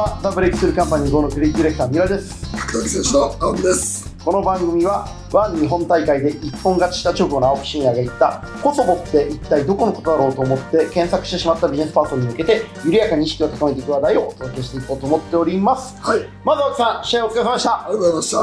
はザ・ブレイクスルーカンパニー GO のクリエイティブディレクター三浦です。 格闘技選手の青木です。 この番組はワン日本大会で一本勝ちした直後の青木真也が言ったコソボって一体どこのことだろうと思って検索してしまったビジネスパーソンに向けて緩やかに意識を高めていく話題をお届けしていこうと思っております。 はい、 まず青木さん、試合お疲れ様でした。 ありがとうございました。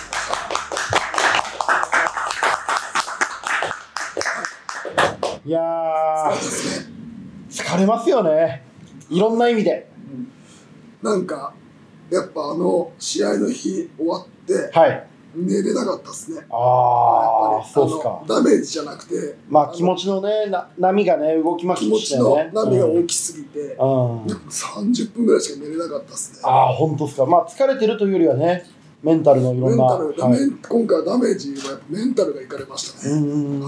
いやー、疲れますよね、いろんな意味で。 なんかやっぱ試合の日終わって、 はい、 寝れなかったですね。 ああ、そうですか。 ダメージじゃなくて、 まあ気持ちのね、波がね、動きましたよね。 気持ちの波が大きすぎて、30分ぐらいしか寝れなかったですね。 ああ、本当ですか。まあ疲れてるというよりはね、メンタルのいろんな。 今回はダメージはやっぱメンタルがいかれましたね。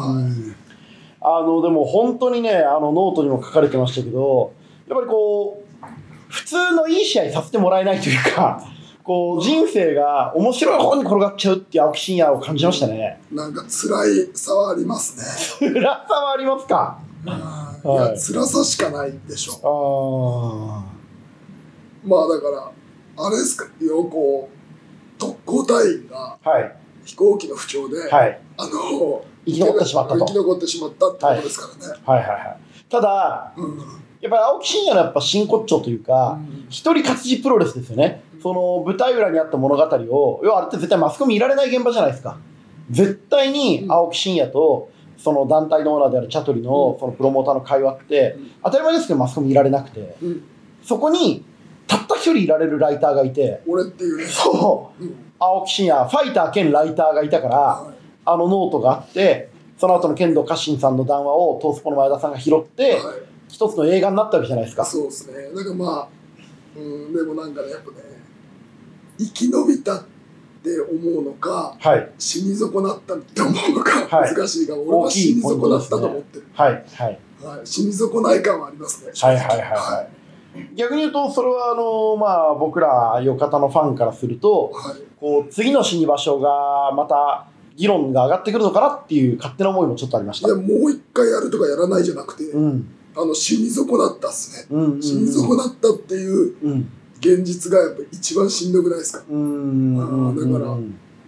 でも本当にね、ノートにも書かれてましたけど、やっぱりこう普通のいい試合させてもらえないというか、こう人生が面白い方に転がっちゃうっていう青木真也を感じましたね。 なんか辛いさはありますね。 辛さはありますか。 いや、辛さしかないでしょ。まあだからあれですかよ、こう特攻隊員が飛行機の不調で、生き残ってしまったと。生き残ってしまったってことですからね。 ただ、やっぱり青木真也のやっぱ真骨頂というか、一人勝ちプロレスですよね。その舞台裏にあった物語を、要はあれって絶対マスコミいられない現場じゃないですか。絶対に青木真也とその団体のオーナーであるチャトリのそのプロモーターの会話って、当たり前ですけどマスコミいられなくて、そこにたった一人いられるライターがいて、 俺っていうね。 そう、青木真也ファイター兼ライターがいたから、ノートがあって、その後の剣道家臣さんの談話をトースポの前田さんが拾って、一つの映画になったわけじゃないですか。 そうですね。だからまあ、でもなんかね、やっぱね、生き延びたって思うのか、死に損なったって思うのか、難しいが、俺は死に損なったと思ってる。死に損ない感はありますね。 逆に言うと、それはまあ、僕らよかたのファンからすると、こう次の死に場所がまた議論が上がってくるのかなっていう勝手な思いもちょっとありました。 いや、もう一回やるとかやらないじゃなくて、死に損なったっすね。死に損なったっていう現実がやっぱ一番しんどくないですか。だから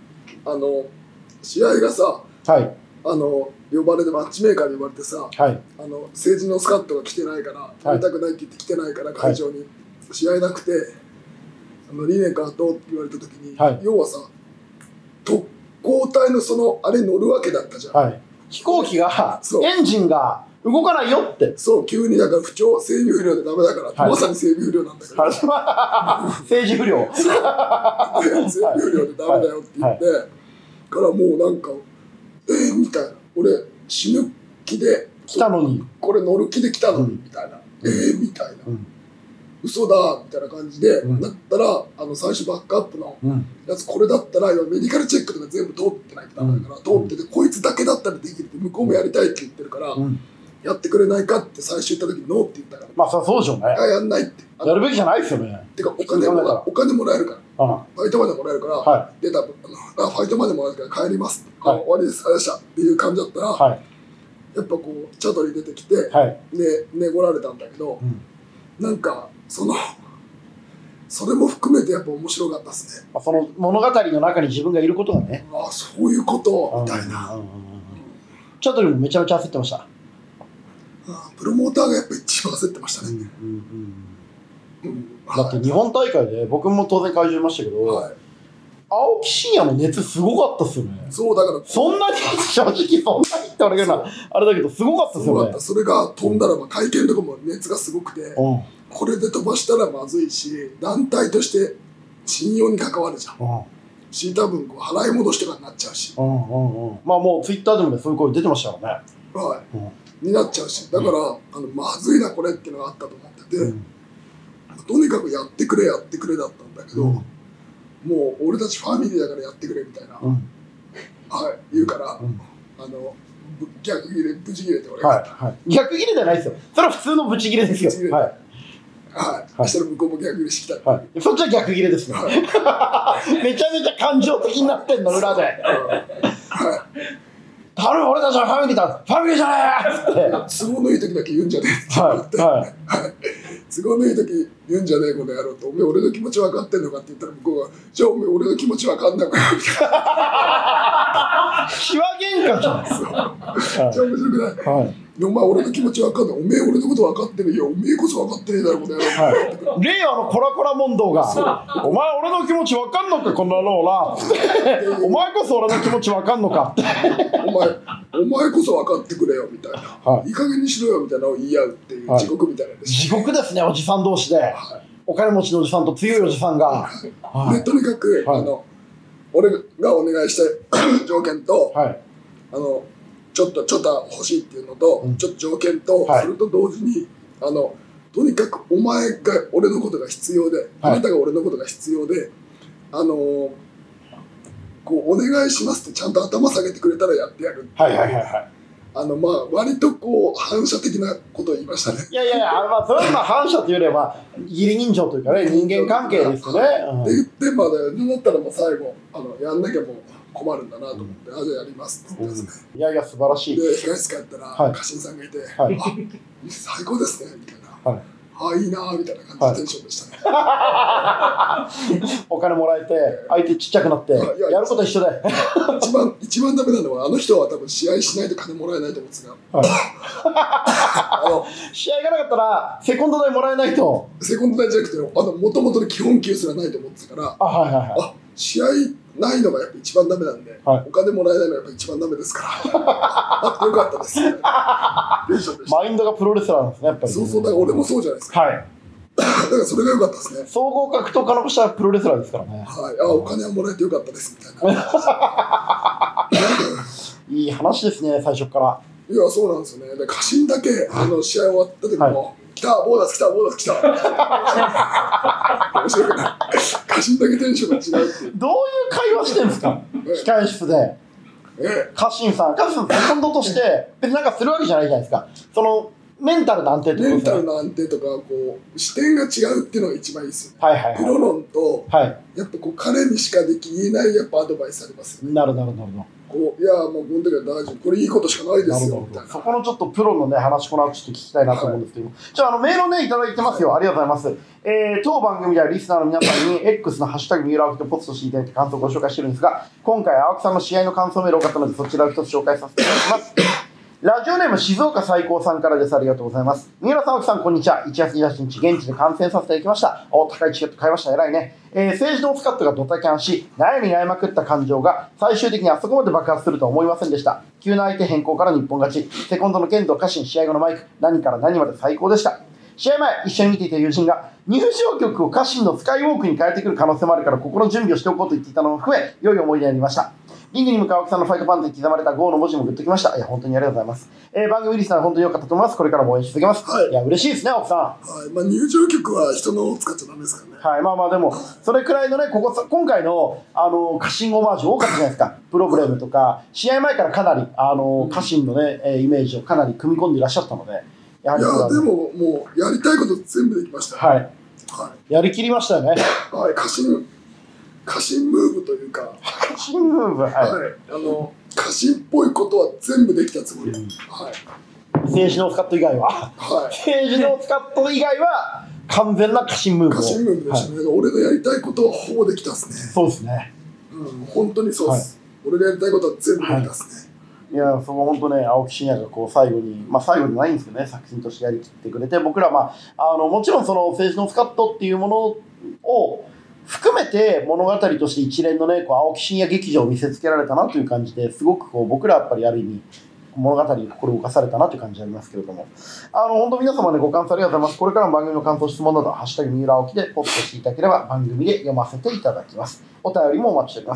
試合がさ、呼ばれてマッチメーカーに呼ばれてさ、政治のスカットが来てないから食べたくないって言って来てないから会場に試合なくてリネカーとって言われた時に、要はさ特攻隊のそのあれ乗るわけだったじゃん。 飛行機がエンジンが動かないよって。 そう、急にだから整備不良でダメだから、まさに整備不良なんだけど、 政治不良整備不良でダメだよって言ってからもうなんかみたいな、俺死ぬ気で来たのに、 これ乗る気で来たのにみたいな、みたいな、嘘だみたいな感じでなったら、最初バックアップのやつこれだったらメディカルチェックとか全部通ってないとダメだから、通っててこいつだけだったらできるって向こうもやりたいって言ってるから、やってくれないかって最初言った時にノーって言ったから、 まあそうでしょうね。 やんないって、 やるべきじゃないですよね。 てかお金もらえるから、ファイトまでもらえるから、出たファイトまでもらえるから帰りますって、終わりです、あれでしたっていう感じだったら、やっぱこうチャトリ出てきてねごられたんだけど、なんかそれも含めてやっぱ面白かったですね。 その物語の中に自分がいることがね、 そういうことみたいな。 チャトリもめちゃめちゃ焦ってました。 プロモーターがやっぱ一番焦ってましたね。 だって日本大会で僕も当然会場いましたけど、青木真也の熱すごかったっすよね。 そうだからそんなに正直そんなにって俺が言うのはあれだけどすごかったっすよね。 それが飛んだら会見とかも熱がすごくて、これで飛ばしたらまずいし、団体として信用に関わるじゃん。し、多分払い戻しとかになっちゃうし、 まあもうツイッターでもねそういう声出てましたからね。 になっちゃうし、だからまずいなこれっていうのがあったと思ってて、とにかくやってくれだったんだけど、もう俺たちファミリーだからやってくれみたいな、言うから、逆切れブチ切れて俺が、 逆切れじゃないですよ。それは普通のブチ切れですよ。 そしたら向こうも逆切れしてきた。 そっちは逆切れですね。めちゃめちゃ感情的になってんの裏で。頼む、俺たちはファミリーだ、ファミリーじゃねえって都合のいい時だけ言うんじゃねえって言って、 都合のいい時言うんじゃねえこの野郎と、おめえ俺の気持ち分かってんのかって言ったら向こうが、じゃあおめえ俺の気持ち分かんなくなるみたいな。 気話喧嘩じゃん。 そう。めっちゃ面白くない。はい。お前俺の気持ち分かんない。おめえ俺のこと分かってるよ。おめえこそ分かってねえだろこの野郎。 はい。令和のコラコラ問答が、お前俺の気持ち分かんのかこんな野郎な。お前こそ俺の気持ち分かんのかって。 お前こそ分かってくれよみたいな、はい、いい加減にしろよみたいなのを言い合うっていう地獄みたいなです、 地獄ですね、おじさん同士で、はい、お金持ちのおじさんと強いおじさんが、 はい、でとにかく、はい、俺がお願いした条件と、はい、ちょっと欲しいっていうのと、ちょっと条件と、はい、それと同時にとにかくお前が俺のことが必要で、あなたが俺のことが必要で、こうお願いしますってちゃんと頭下げてくれたらやってやるっていう、割とこう反射的なことを言いましたね。 いやそれは反射というよりは義理人情というかね、人間関係ですよね。 って言ってだったらもう最後やんなきゃもう困るんだなと思って、じゃあやりますって言ってですね。 いや素晴らしい。 で控室帰ったら家臣さんがいて、最高ですねみたいな。いいなーみたいな感じでテンションでしたね。 お金もらえて相手ちっちゃくなってやること一緒で一番ダメなのは人は多分試合しないと金もらえないと思うんですが、 試合がなかったらセコンド代もらえないと。 セコンド代じゃなくてもともとの基本給すらないと思ってたから、試合ないのがやっぱ一番ダメなんで、お金もらえないのがやっぱ一番ダメですからよかったですマインドがプロレスラーなんですね、やっぱり。 そうだから俺もそうじゃないですか。だからそれが良かったですね。 総合格闘家の人はプロレスラーですからね。 お金はもらえてよかったですみたいないい話ですね、最初から。 いやそうなんですよね。で家臣だけ試合終わった時も、来たボーナス来た面白くない。家臣だけテンションが違うっていう。 どういう会話してるんですか、控え室で。家臣さんセコンドとして別になんかするわけじゃないじゃないですか。そのメンタルの安定とか、 メンタルの安定とかこう視点が違うっていうのが一番いいですよね。プロ論と、やっぱこう彼にしか言えないやっぱアドバイスありますよね。 なるほど。 いやもうこの時は大丈夫、これいいことしかないですよみたいな。 そこのちょっとプロのね話この後ちょっと聞きたいなと思うんですけど、じゃあメールをねいただいてますよ。ありがとうございます。当番組ではリスナーの皆さんに X のハッシュタグ三浦青木とポストしていただいて感想をご紹介してるんですが、今回青木さんの試合の感想メールを多かったのでそちらを一つ紹介させていただきます。ラジオネーム静岡最高さんからです。ありがとうございます。三浦さん、青木さん、こんにちは。1月28日、現地で観戦させていただきました。高いチケット買いました。偉いね。政治のスカットがドタキャンし、悩みまくった感情が最終的にあそこまで爆発するとは思いませんでした。急な相手変更から日本勝ち。セコンドの剣道家臣、試合後のマイク、何から何まで最高でした。試合前、一緒に見ていた友人が、入場曲を家臣のスカイウォークに変えてくる可能性もあるから、心の準備をしておこうと言っていたのも含め、良い思い出になりました。リングに向かう青木さんのファイトパンツに刻まれた GO の文字もグッときました。いや、本当にありがとうございます。番組リスナー本当に良かったと思います。これからも応援し続けます。いや、嬉しいですね、青木さん。入場曲は人のを使っちゃダメですからね。 でも、それくらいのね、今回の、家臣オマージュ多かったじゃないですか。プロブレムとか、試合前からかなり、家臣のね、イメージをかなり組み込んでいらっしゃったので。 でも、もう、やりたいこと全部できました。 やりきりましたよね。 家臣ムーブというか、 家臣ムーブ、 家臣っぽいことは全部できたつもり。 政治のスカット以外は、政治のスカット以外は完全な家臣ムーブ。 家臣ムーブでしたね。俺のやりたいことはほぼできたですね。 そうですね。 本当にそうです。俺がやりたいことは全部できたですね。 いや、そこ本当ね、青木真也がこう最後に、最後じゃないんですけどね、作品としてやりきってくれて、僕らもちろんその政治のスカットっていうものを含めて物語として一連のね、青木真也劇場を見せつけられたなという感じで、すごく僕らやっぱりある意味物語に心動かされたなという感じありますけれども、本当皆様ね、ご感想ありがとうございます。これからも番組の感想、質問などハッシュタグ三浦青木でポストしていただければ番組で読ませていただきます。お便りもお待ちしております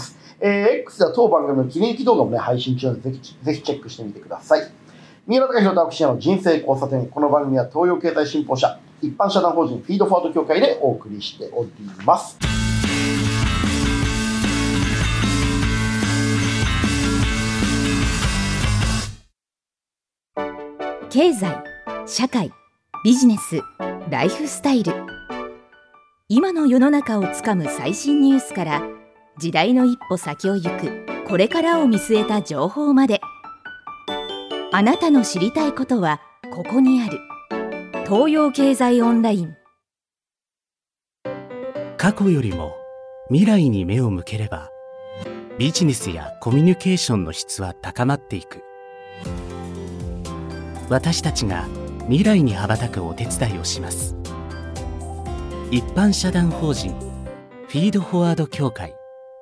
。X では当番組の切り抜き動画もね配信中なのでぜひチェックしてみてください。三浦貴大と青木真也の人生交差点。この番組は東洋経済新報社一般社団法人フィードフォワード協会でお送りしております。 経済、社会、ビジネス、ライフスタイル。今の世の中をつかむ最新ニュースから時代の一歩先を行くこれからを見据えた情報まで、あなたの知りたいことはここにある。東洋経済オンライン過去よりも未来に目を向ければ、ビジネスやコミュニケーションの質は高まっていく。私たちが未来に羽ばたくお手伝いをします。一般社団法人フィードフォワード協会。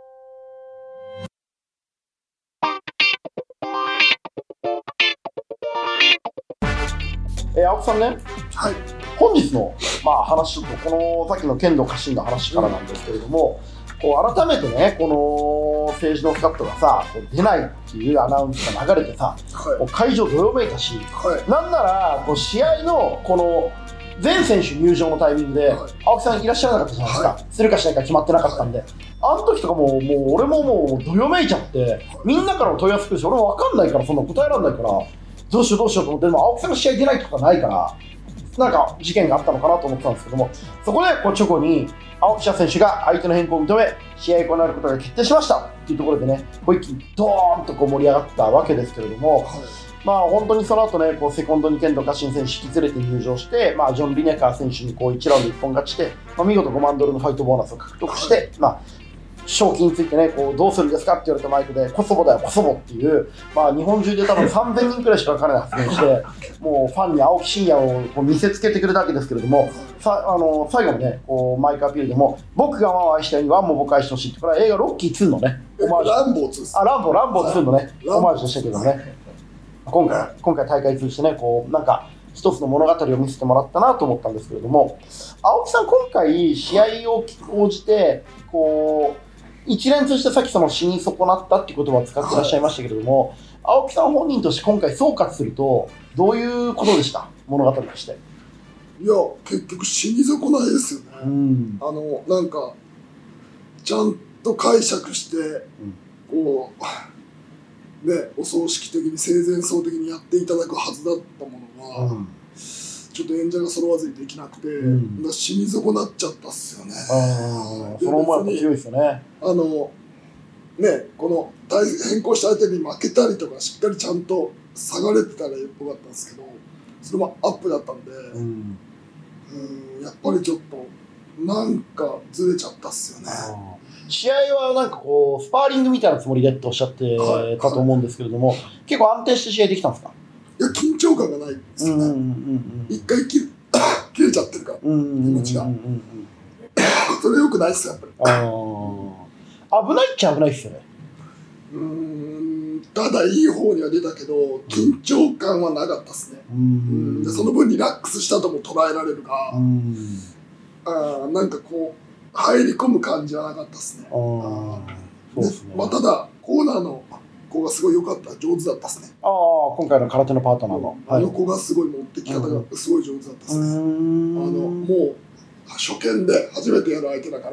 青木さんね、 はい、 本日の、話とこのさっきの剣道家臣の話からなんですけれども、こう改めてね、この政治のスカットがさこう出ないっていうアナウンスが流れてさ、こう会場どよめいたし、なんならこう試合のこの全選手入場のタイミングで、青木さんいらっしゃらなかったじゃないですか、するかしないか決まってなかったんで、あの時とかもう俺ももうどよめいちゃって、みんなからの問い合わせ来るし、俺も分かんないからそんな答えられないから、どうしようと思って、でも青木さんが試合出ないとかないから、なんか事件があったのかなと思ってたんですけども、そこでこう直後に青木選手が相手の変更を認め、試合を行うことが決定しましたっていうところでね、こう一気にドーンとこう盛り上がったわけですけれども、本当にその後ね、こうセコンドに剣道家臣選手引き連れて入場して、ジョン・リネカー選手にこう1ラウンド一本勝ちで、見事5万ドルのファイトボーナスを獲得して、賞金についてね、こうどうするんですかって言われたマイクで、コソボだよ、コソボっていう、日本中で多分3000人くらいしか分からない発言して、もうファンに青木真也をこう見せつけてくれたわけですけれども、最後のね、こうマイクアピールでも、僕がワンを愛したようにワンも僕愛してほしいって、これは映画ロッキー2のね、 ランボー2です。 ランボー2のね、オマージュでしたけどね、今回大会通じてね、こうなんか一つの物語を見せてもらったなと思ったんですけれども、青木さん今回試合を応じてこう一連通してさっきその死に損なったっていう言葉を使ってらっしゃいましたけれども、青木さん本人として今回総括するとどういうことでした、物語として。 いや結局死に損ないですよね、なんかちゃんと解釈して、こうね、お葬式的に生前葬的にやっていただくはずだったものが、ちょっと演者が揃わずにできなくて、死に損なっちゃったっすよね。 その思いは強いですよね。 この変更した相手に負けたりとかしっかりちゃんと下がれてたらよかったんですけど、それもアップだったんで、やっぱりちょっとなんかずれちゃったっすよね。 試合はなんかこうスパーリングみたいなつもりでっておっしゃってたと思うんですけれども、結構安定して試合できたんですか？ いや緊張感がないですよね。一回切れちゃってるから気持ちが。それ良くないっすよやっぱり。 危ないっちゃ危ないっすよね。 ただいい方には出たけど緊張感はなかったっすね。でその分リラックスしたとも捉えられるが、なんかこう入り込む感じはなかったですね。ただコーナーの子がすごい良かった、上手だったですね。 今回の空手のパートナーの、 あの子がすごい持ってき方がすごい上手だったですね。もう初見で初めてやる相手だから、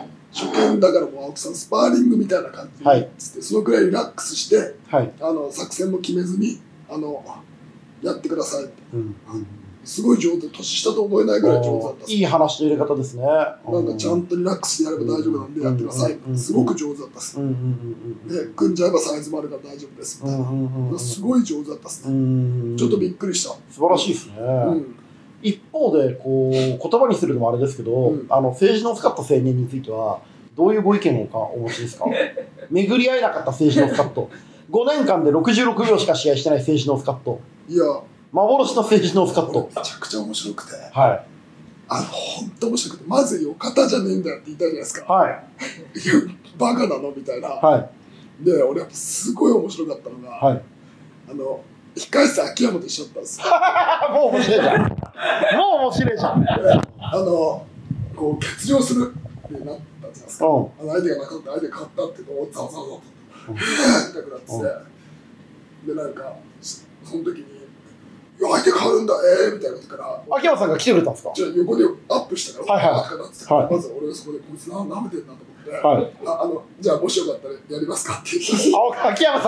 初見だからもう青木さんスパーリングみたいな感じでつって、そのくらいリラックスして、作戦も決めずにやってくださいって。すごい上手、年下と思えないぐらい上手だった。 いい話の入れ方ですね。 なんかちゃんとリラックスしてやれば大丈夫なんでやってください。すごく上手だったです。で、組んじゃえばサイズもあるから大丈夫ですみたいな。すごい上手だったですね。ちょっとびっくりした。 素晴らしいですね。一方でこう言葉にするのもあれですけど、政治のスカット青年についてはどういうご意見をお持ちですか？巡り合えなかった政治のスカット。5年間で66秒しか試合してない政治のスカット。 いや。 幻の政治のスカット。 めちゃくちゃ面白くて、 本当面白くて、まずよかったじゃねえんだよって言ったじゃないですか。バカなのみたいな。で、俺やっぱすごい面白かったのが、控え室秋山と一緒だったんですよ。 もう面白いじゃん。もう面白いじゃん。 こう欠場するってなったじゃないですか。相手がなかった、相手が勝ったっていうのをざわざわざわと痛くなってて、でなんかその時に相手変わるんだみたいなことから秋山さんが来てくれたんですか？ じゃあ横でアップしたからまず俺がそこでこいつ舐めてんなと思って、じゃあもしよかったらやりますかって言って秋山さ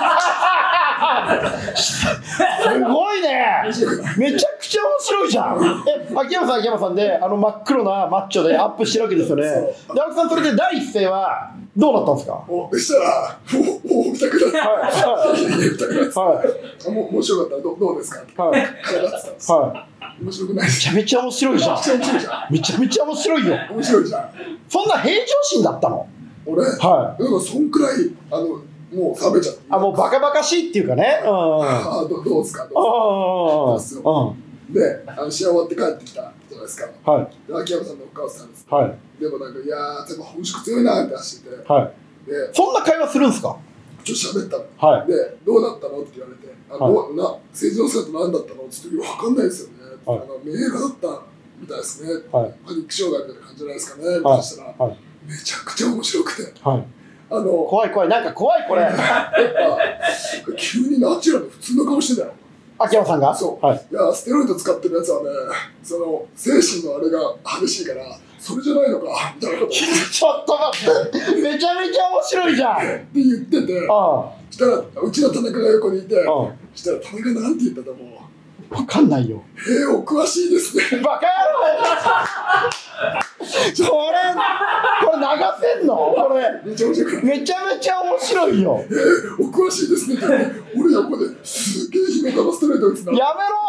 んすごいね、めちゃくちゃ面白いじゃん。秋山さんで真っ黒なマッチョでアップしてるわけですよね。で青木さんそれで第一声はどうなったんですか？ そしたらもう見たくなってもしよかったらどうですかって語ってたんですよ。 面白くないです。 めちゃめちゃ面白いじゃん。めちゃめちゃ面白いよ。 面白いじゃん。 そんな平常心だったの？ 俺、なんかそんくらいもう冷めちゃって。 もうバカバカしいっていうかね。 どうですか。で、試合終わって帰ってきたじゃないですか。で、秋山さんのお母さんです。でもなんか、いやー、でも本職強いなって走ってて。で、 そんな会話するんですか？ ちょっと喋ったの。で、どうだったのって言われて、政治の姿何だったのって言って、分かんないですよね。名画だったみたいですね。パニック障害みたいな感じじゃないですかね。って言したら、めちゃくちゃ面白くて。 怖い、なんか怖い、これ。 やっぱ、急にナチュラルで普通の顔してたよ。 秋山さんが？ そう。いや、ステロイド使ってるやつはね、精神のあれが激しいから、それじゃないのか、みたいなこと。 ちょっと待って、めちゃめちゃ面白いじゃん。 って言ってて、したら、うちの田中が横にいて、したら、田中なんて言ったと思う？ わかんないよ。 お詳しいですね。 バカ野郎これ流せんの？これめちゃめちゃ面白いよ。 お詳しいですねって言って、俺横ですげえ姫からストレート打つな。 やめろ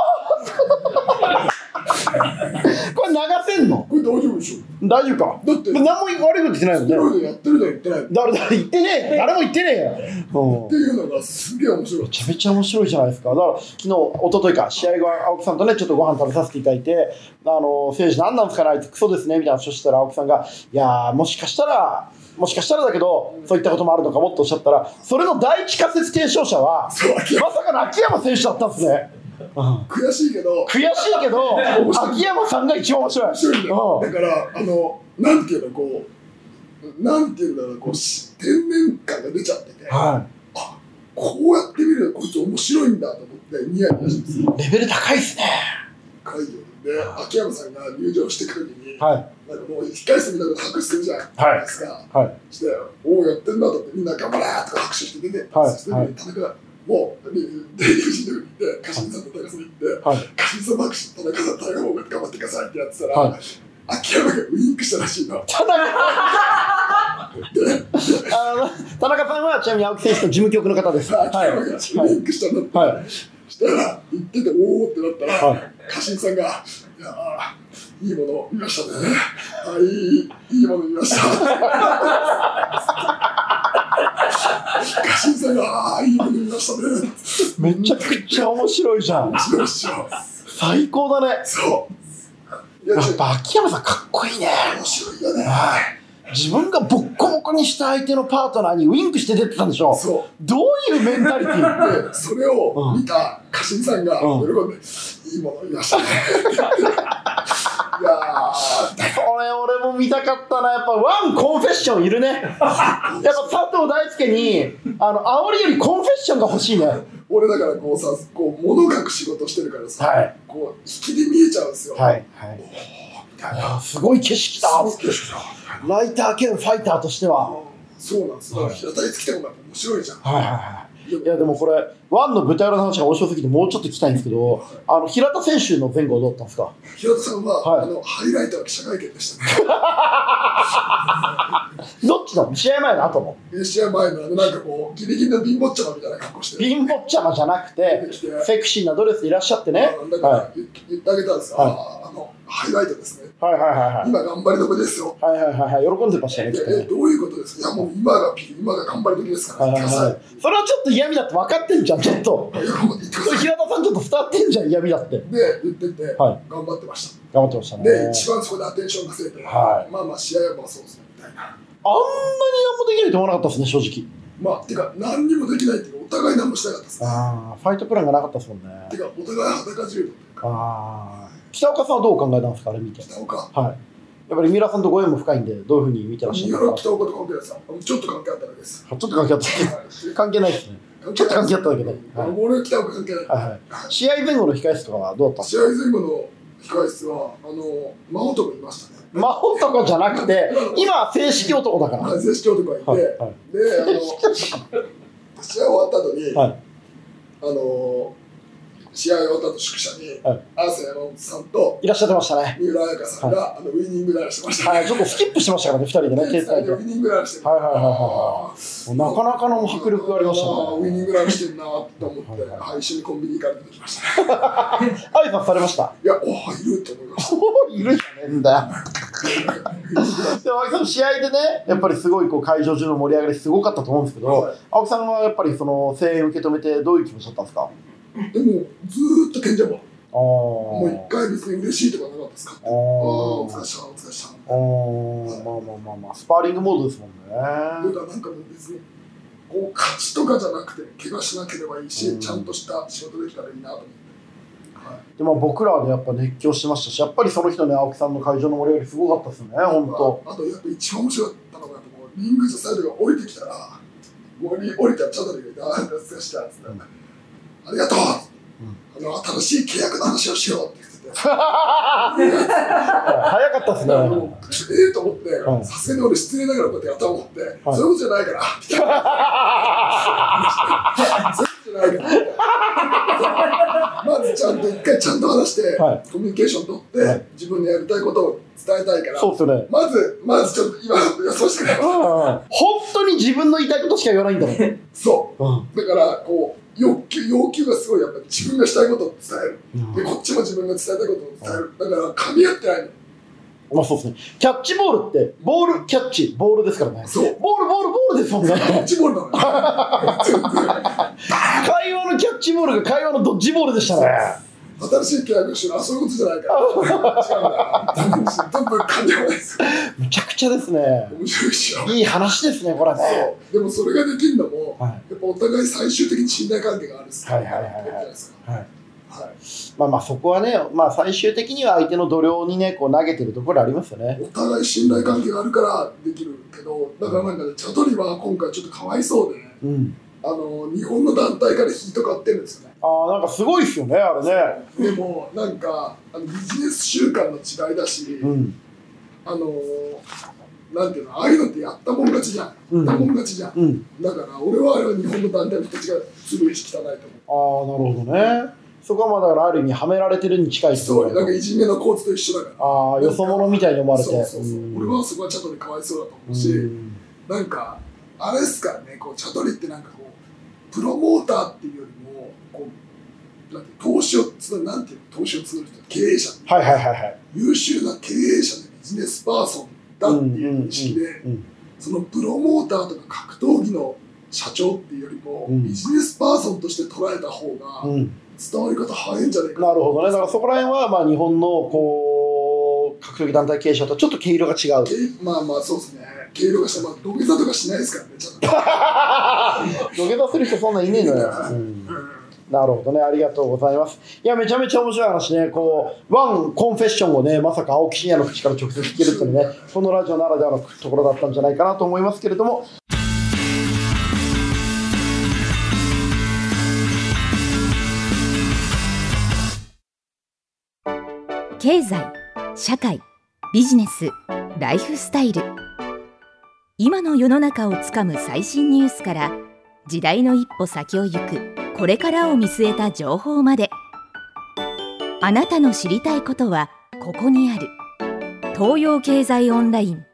これ流せんの？ これ大丈夫でしょ。 大丈夫か？だって何も悪いこと言ってないもんね。 ステロイドやってるとは言ってない。 誰言ってねえ。誰も言ってねえよ。 っていうのがすげえ面白い。 めちゃめちゃ面白いじゃないですか。だから昨日一昨日か試合後青木さんとねちょっとご飯食べさせていただいて、選手何なんですかねあいつクソですねみたいな話をしたら青木さんがいやもしかしたらだけどそういったこともあるのかもとおっしゃったら、それの第一仮説提唱者はまさかの秋山選手だったんですね。 悔しいけど秋山さんが一番面白い。 だからなんていうのなんていうんだろう天然感が出ちゃってて、こうやって見るとこいつ面白いんだと思ってニヤニヤしてます。 レベル高いですね。 高いよ。で、秋山さんが入場してくるときに、なんかもう控室みたいなの拍手するじゃないですか。しておおやってんだと思ってみんな頑張れとか拍手して出て、そして田中がもうデヴィ夫人のとこに行って家臣さんと田中さんに行って家臣さんの拍手田中さん大変頑張ってくださいってやってたら、秋山がウインクしたらしいの。田中さんはちなみに青木選手の事務局の方です。 秋山がウインクしたんだって。したら行ってておおってなったら家臣さんがいやいいもの見ましたね。いいもの見ました。家臣さんがいいもの見ましたね。 めちゃくちゃ面白いじゃん。 面白いっしょ。 最高だね。 そう。 やっぱ秋山さんかっこいいね。 面白いよね。 自分がボッコボコにした相手のパートナーにウインクして出てたんでしょ。 そう。 どういうメンタリティーで、それを見た家臣さんが喜んで、いいもの見ましたね。いやこれ俺も見たかったな。やっぱワンコンフェッションいるね。やっぱ佐藤大輔に煽りよりコンフェッションが欲しいね。 俺だから物書く仕事してるからさ、引きで見えちゃうんですよ。 すごい景色だ。ライター兼ファイターとしては。 そうなんですよ。平たりつきたくも面白いじゃん。 いやでもこれワンの舞台裏の話が面白すぎてもうちょっと聞きたいんですけど、平田選手の前後はどうだったんですか？ 平田さんは、ハイライトは記者会見でしたね。 どっちの試合前の後の？ 試合前のなんかギリギリの貧乏ちゃまみたいな格好して。 貧乏ちゃまじゃなくてセクシーなドレスでいらっしゃってね。 だから言ってあげたんですよ。ハイライトですね。今頑張り時ですよ。 喜んでましたね。 どういうことですか？いやもう今が頑張り時ですから。 それはちょっと嫌味だって分かってんじゃん。ちょっと平田さんちょっと伝わってんじゃん、嫌味だって。 で言ってて頑張ってました。 頑張ってましたね。 で一番そこでアテンション稼いで、試合はそうですねみたいな。あんなに何もできないと思わなかったですね、正直。 てか何にもできないっていうかお互い何もしなかったですね。 ファイトプランがなかったですもんね。 てかお互い裸自由というか。 北岡さんはどう考えたんですか、あれ見て。 北岡。 やっぱり三浦さんとご縁も深いんで、どういうふうに見てらっしゃるんですか？ 北岡と関係ないです。ちょっと関係あっただけです。 ちょっと関係あった。関係ないですね。ちょっと関係あっただけで。 俺は北岡関係ない。 試合前後の控室とかはどうだったんですか？ 試合前後の控室は真男いましたね。 真男じゃなくて、今正式男だから。 正式男がいて、で試合終わった後に試合終わった後宿舎に、アーサー山本さんといらっしゃってましたね。 三浦彩香さんが、ウイニングランしてましたね。はい、ちょっとスキップしてましたからね、2人でね、 携帯で。ウイニングランしてる。 なかなかの迫力がありましたね。 ウイニングランしてるなと思って、一緒にコンビニ行かれてきましたね。 あいさんされました？ いや、いるって思いました。 いるじゃねえんだよ。でも青木さんの試合でね、やっぱりすごい会場中の盛り上がりすごかったと思うんですけど、青木さんはやっぱりその声援受け止めてどういう気持ちだったんですか？ でもずーっと賢者ももう一回別に嬉しいとかなかったですか？お疲れしたお疲れした。 まあスパーリングモードですもんね。 なんか別にこう勝ちとかじゃなくて怪我しなければいいし、ちゃんとした仕事できたらいいなと思って。 でも僕らでやっぱ熱狂してましたし、やっぱりその人ね、青木さんの会場の盛り上がりすごかったですね、本当。 あとやっぱ一番面白かったのがリング上サイドが降りてきたら、降りたらチャドリーが「懐かしい」っつって「ありがとう、新しい契約の話をしよう」って言ってて早かったですね。 と思って、さすがに俺失礼ながらこうやって頭を持って、そういうことじゃないからみたいなそういうことじゃないからまずちゃんと一回ちゃんと話して、コミュニケーション取って、自分のやりたいことを伝えたいから、 そうですね。 まずちょっと今予想してくれ。 本当に自分の言いたいことしか言わないんだもん。 そう。だからこう要求がすごい、やっぱり自分がしたいことを伝える。でこっちも自分が伝えたいことを伝える。だから噛み合ってないの。 まあそうですね。キャッチボールってボールキャッチボールですからね。そう。ボールですもんね。 キャッチボールなの。 会話のキャッチボールが会話のドッジボールでしたね。 新しい契約をしてる、そういうことじゃないから。違うんだ。多分噛み合わないですよ。 むちゃくちゃですね。 面白いっしょ。 いい話ですね、これね。 そう。でもそれができるのも、やっぱお互い最終的に信頼関係があるんですよ。 まあそこはね、最終的には相手の度量にね、こう投げてるところありますよね。 お互い信頼関係があるからできるけど、だからなんかね、チャトリは今回ちょっとかわいそうで、日本の団体からヒート買ってるんですよね。 なんかすごいっすよね、あれね。 でもなんかビジネス習慣の違いだし、なんていうの、ああいうのってやったもん勝ちじゃん。やったもん勝ちじゃん。だから俺はあれは日本の団体の人たちがすごい意識汚いと思う。 なるほどね。そこはだからある意味はめられてるに近い。 そう、なんかいじめのコーチと一緒だから。 よそ者みたいに思われて。 そう。俺はそこはチャトリかわいそうだと思うし、なんかあれですからね、チャトリってなんかこうプロモーターっていうよりもこう投資を募る、なんていうの、投資を募る人、経営者、優秀な経営者でビジネスパーソンだっていう意識で、そのプロモーターとか格闘技の社長っていうよりも、ビジネスパーソンとして捉えた方が伝わり方早いんじゃないかな。 なるほどね。だからそこら辺は日本のこう格闘技団体経営者とちょっと毛色が違う。 そうですね。毛色がした、土下座とかしないですからね、ちゃんと。 土下座する人そんないねえのよ。なるほどね、ありがとうございます。いや、めちゃめちゃ面白い話ね。ワンコンフェッションをね、まさか青木真也の口から直接聞けるっていうね、このラジオならではのところだったんじゃないかなと思いますけれども。 経済、社会、ビジネス、ライフスタイル。今の世の中をつかむ最新ニュースから、時代の一歩先を行くこれからを見据えた情報まで、あなたの知りたいことはここにある。東洋経済オンライン。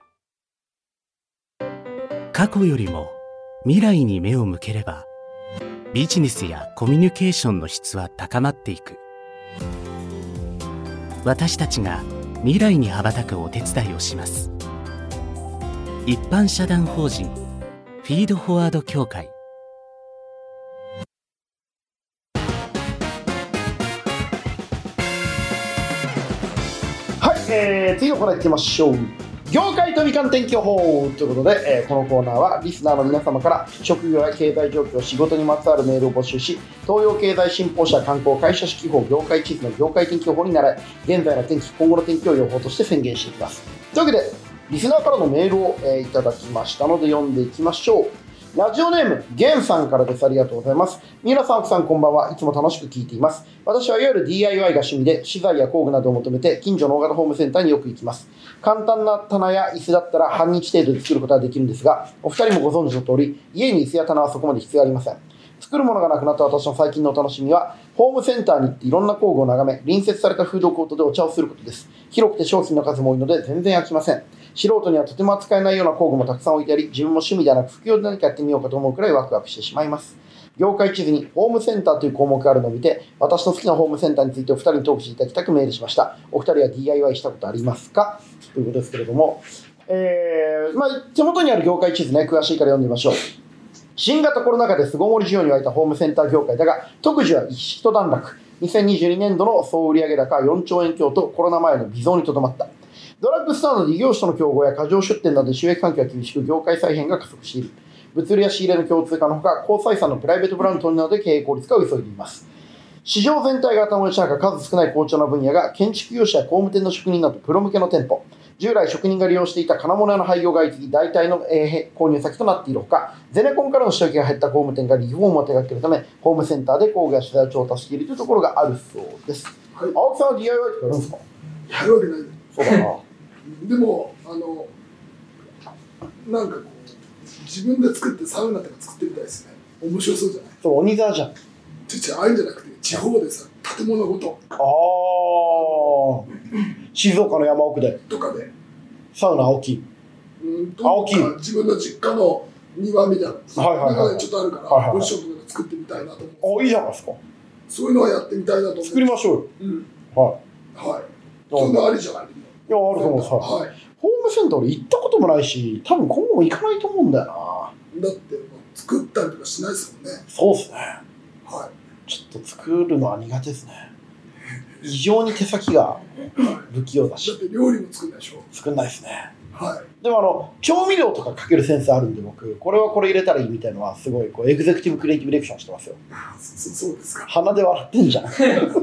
過去よりも未来に目を向ければ、ビジネスやコミュニケーションの質は高まっていく。私たちが未来に羽ばたくお手伝いをします。一般社団法人フィードフォワード協会。 次のコーナー行きましょう。業界飛び交天気予報ということで、このコーナーはリスナーの皆様から職業や経済状況、仕事にまつわるメールを募集し、東洋経済新報社観光会社指揮法業界地図の業界天気予報に習い、現在の天気、今後の天気を予報として宣言していきます。というわけでリスナーからのメールを、いただきましたので読んでいきましょう。ラジオネームゲンさんからです。ありがとうございます。三浦さん、奥さん、こんばんは。いつも楽しく聞いています。私はいわゆる DIY が趣味で、資材や工具などを求めて近所の大型ホームセンターによく行きます。簡単な棚や椅子だったら半日程度で作ることができるんですが、お二人もご存知の通り、家に椅子や棚はそこまで必要ありません。 作るものがなくなった私の最近のお楽しみは、ホームセンターに行っていろんな工具を眺め、隣接されたフードコートでお茶をすることです。広くて商品の数も多いので全然飽きません。素人にはとても扱えないような工具もたくさん置いてあり、自分も趣味ではなく副業で何かやってみようかと思うくらいワクワクしてしまいます。業界地図にホームセンターという項目があるのを見て、私の好きなホームセンターについてお二人にトークしていただきたくメールしました。お二人は DIY したことありますかということですけれども、手元にある業界地図ね、詳しいから読んでみましょう。新型コロナ禍で巣ごもり需要に沸いたホームセンター業界だが、特需は一段落。2022年度の総売上高4兆円強とコロナ前の微増にとどまった。ドラッグストアなど異業種との競合や過剰出店などで収益環境が厳しく、業界再編が加速している。物流や仕入れの共通化のほか、高採算のプライベートブランドなどで経営効率化を急いでいます。市場全体が頭打ち中、数少ない好調な分野が建築業者や工務店の職人などプロ向けの店舗。従来職人が利用していた金物屋の廃業が相次ぎ、代替の購入先となっているほか、ゼネコンからの収益が減った工務店がリフォームを手掛けるため、ホームセンターで工具や資材を調達しているというところがあるそうです。はい、青木さんは DIY とかやるんですか？ やるわけない。 そうだな。 でもなんかこう自分で作ってサウナとか作ってみたいですね。面白そうじゃない？ そう、鬼沢じゃん。 ああいうんじゃなくて、地方でさ、建物ごと。 静岡の山奥で。 とかで。 サウナ青木。 青木。自分の実家の庭みたいな。中でちょっとあるから、ポジションとか作ってみたいなと思う。 いいじゃないですか。 そういうのはやってみたいなと思う。 作りましょうよ。はい。 そんなありじゃない？ いや、あると思います。はい。ホームセンター俺行ったこともないし、多分今後も行かないと思うんだよな。だって、作ったりとかしないですもんね。 そうですね。 はい。 ちょっと作るのは苦手ですね。異常に手先が不器用だし。 だって料理も作んないでしょ？作んないですね。 はい。 でも調味料とかかけるセンスあるんで、僕、これはこれ入れたらいいみたいなのは、すごいエグゼクティブクリエイティブディレクションしてますよ。 そうですか。 鼻で笑ってんじゃん。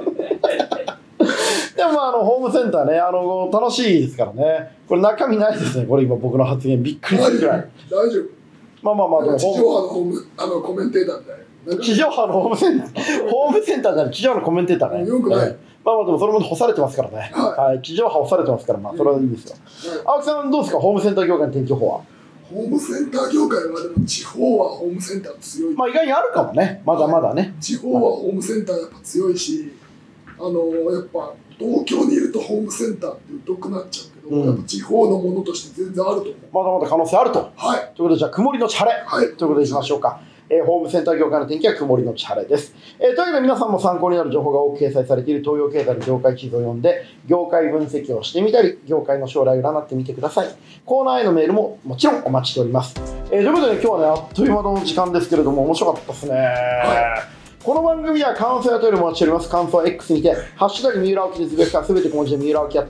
でもホームセンターね、楽しいですからね。これ中身ないですね。これ今僕の発言びっくりするくらい。 大丈夫。 まあでも地上波のコメンテーターみたいな。 地上波のホームセンターじゃない、地上波のコメンテーターね。 よくない。 でもそれも干されてますからね。はい。地上波干されてますから、それはいいですよ。青木さんどうですか、ホームセンター業界の天気予報は？ ホームセンター業界はでも地方はホームセンター強い。 意外にあるかもね。まだまだね。 地方はホームセンターやっぱ強いし、やっぱ東京にいるとホームセンターって疎くなっちゃうけど、やっぱ地方のものとして全然あると思う。 まだまだ可能性あると。 はい。 ということで、じゃあ曇りのち晴れ。はい。ということでいきましょうか。ホームセンター業界の天気は曇りのち晴れです。というわけで皆さんも参考になる情報が多く掲載されている東洋経済の業界地図を読んで、業界分析をしてみたり、業界の将来を占ってみてください。コーナーへのメールももちろんお待ちしております。ということで今日はね、あっという間の時間ですけれども、面白かったですね。はい。この番組では感想や問いをお待ちしております。感想は X にて、ハッシュタグ三浦青木でつぶやくか、すべて小文字で三浦青木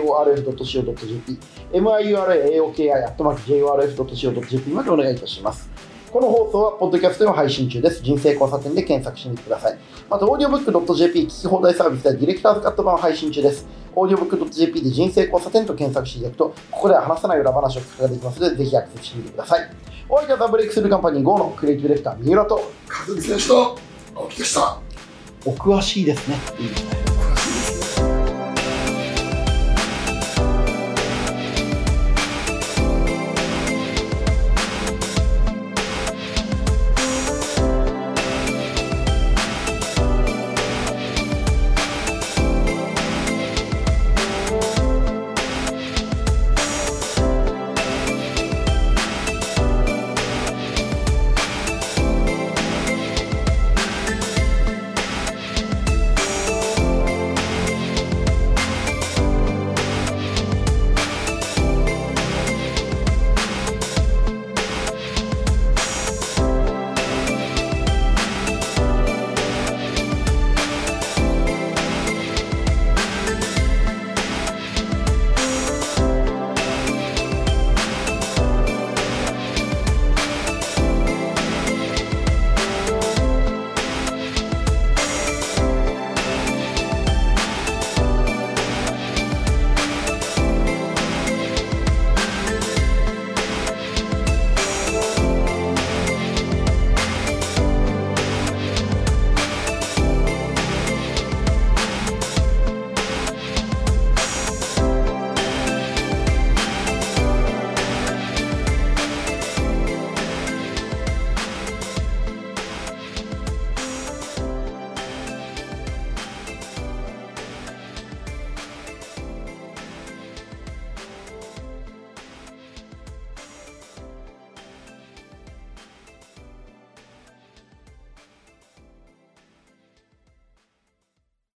@jorf.co.jp、miuraoki@jorf.co.jp までお願いいたします。この放送はポッドキャストでも配信中です。人生交差点で検索してみてください。また、audiobook.jp 聞き放題サービスではディレクターズカット版を配信中です。audiobook.jp で人生交差点と検索していただくと、ここでは話さない裏話を聞くことができますので、ぜひアクセスしてみてください。お相手はザ・ブレイクスルーカンパニー GO のクリエイティブディレクター、三浦と、 和美選手と青木でした。 お詳しいですね。いいですね。